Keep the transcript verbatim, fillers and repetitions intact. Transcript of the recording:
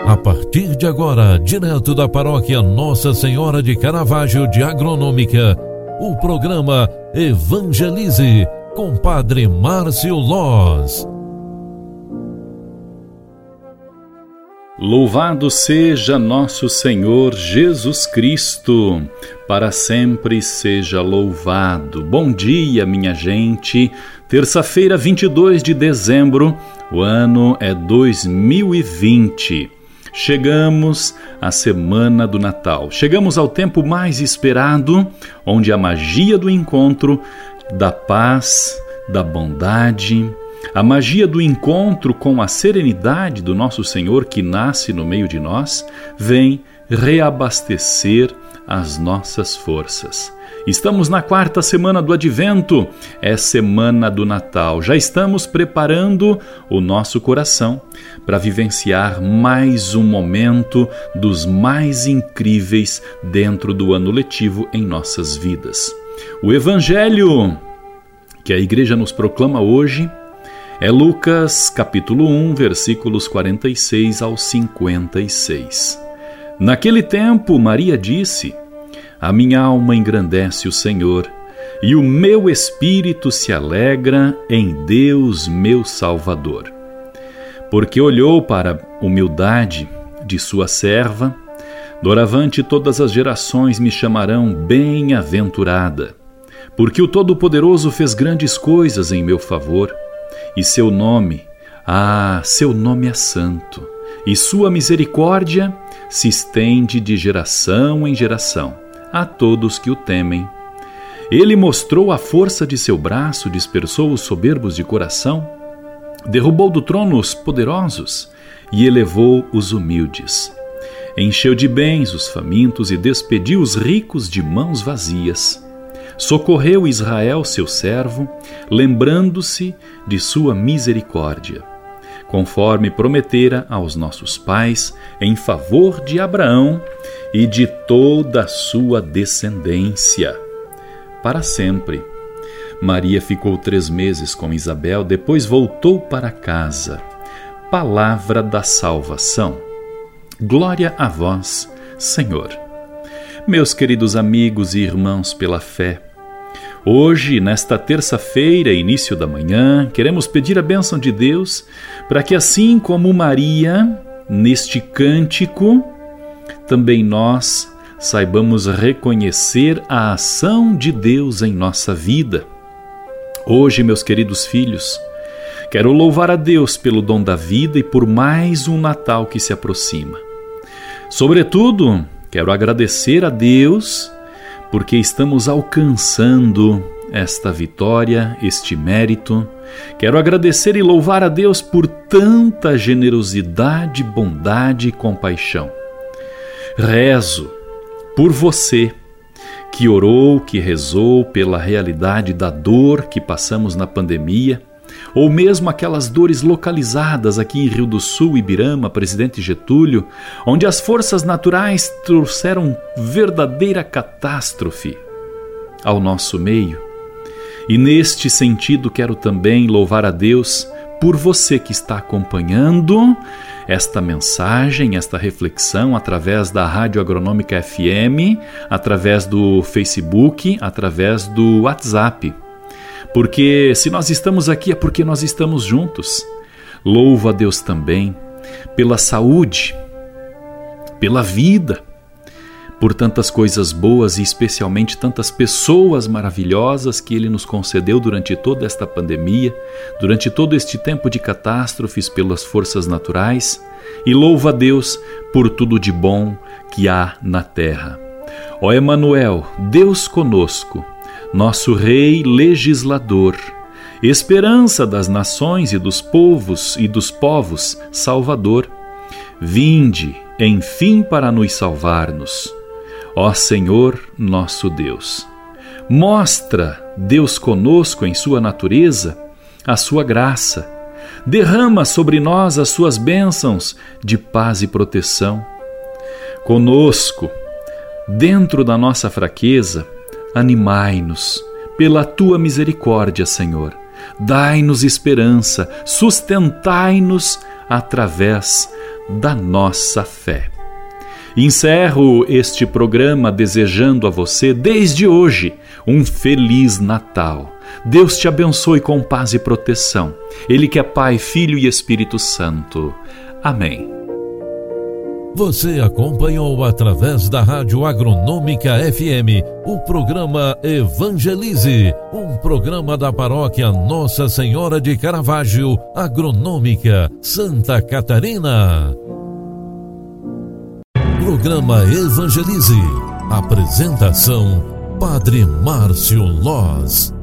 A partir de agora, direto da paróquia Nossa Senhora de Caravaggio de Agronômica, o programa Evangelize com Padre Márcio Loz. Louvado seja nosso Senhor Jesus Cristo, para sempre seja louvado. Bom dia, minha gente. Terça-feira, vinte e dois de dezembro, o ano é dois mil e vinte. Chegamos à semana do Natal. Chegamos ao tempo mais esperado, onde a magia do encontro, da paz, da bondade, a magia do encontro com a serenidade do nosso Senhor que nasce no meio de nós, vem reabastecer as nossas forças. Estamos na quarta semana do Advento, é semana do Natal. Já estamos preparando o nosso coração para vivenciar mais um momento dos mais incríveis dentro do ano letivo em nossas vidas. O Evangelho que a Igreja nos proclama hoje é Lucas, capítulo um, versículos quarenta e seis ao cinquenta e seis. Naquele tempo, Maria disse: A minha alma engrandece o Senhor, e o meu espírito se alegra em Deus, meu Salvador. Porque olhou para a humildade de sua serva, doravante todas as gerações me chamarão bem-aventurada. Porque o Todo-Poderoso fez grandes coisas em meu favor, e seu nome, ah, seu nome é santo, e sua misericórdia se estende de geração em geração a todos que o temem. Ele mostrou a força de seu braço, dispersou os soberbos de coração, derrubou do trono os poderosos e elevou os humildes. Encheu de bens os famintos e despediu os ricos de mãos vazias. Socorreu Israel, seu servo, lembrando-se de sua misericórdia, conforme prometera aos nossos pais, em favor de Abraão e de toda a sua descendência, para sempre. Maria ficou três meses com Isabel, depois voltou para casa. Palavra da salvação. Glória a vós, Senhor. Meus queridos amigos e irmãos pela fé, hoje, nesta terça-feira, início da manhã, queremos pedir a bênção de Deus para que, assim como Maria, neste cântico, também nós saibamos reconhecer a ação de Deus em nossa vida. Hoje, meus queridos filhos, quero louvar a Deus pelo dom da vida e por mais um Natal que se aproxima. Sobretudo, quero agradecer a Deus porque estamos alcançando esta vitória, este mérito. Quero agradecer e louvar a Deus por tanta generosidade, bondade e compaixão. Rezo por você que orou, que rezou pela realidade da dor que passamos na pandemia, ou mesmo aquelas dores localizadas aqui em Rio do Sul, Ibirama, Presidente Getúlio, onde as forças naturais trouxeram verdadeira catástrofe ao nosso meio. E neste sentido quero também louvar a Deus por você que está acompanhando esta mensagem, esta reflexão através da Rádio Agronômica F M, através do Facebook, através do WhatsApp. Porque se nós estamos aqui é porque nós estamos juntos. Louvo a Deus também pela saúde, pela vida, por tantas coisas boas e especialmente tantas pessoas maravilhosas que Ele nos concedeu durante toda esta pandemia, durante todo este tempo de catástrofes pelas forças naturais. E louvo a Deus por tudo de bom que há na terra. Ó Emanuel, Deus conosco, nosso Rei legislador, esperança das nações e dos povos e dos povos, Salvador, vinde, enfim, para nos salvar-nos. Ó Senhor, nosso Deus, mostra, Deus conosco em sua natureza, a sua graça, derrama sobre nós as suas bênçãos de paz e proteção. Conosco, dentro da nossa fraqueza, animai-nos pela tua misericórdia, Senhor. Dai-nos esperança, sustentai-nos através da nossa fé. Encerro este programa desejando a você, desde hoje, um Feliz Natal. Deus te abençoe com paz e proteção. Ele que é Pai, Filho e Espírito Santo. Amém. Você acompanhou através da Rádio Agronômica F M o programa Evangelize, um programa da paróquia Nossa Senhora de Caravaggio, Agronômica, Santa Catarina. Programa Evangelize. Apresentação: Padre Márcio Loz.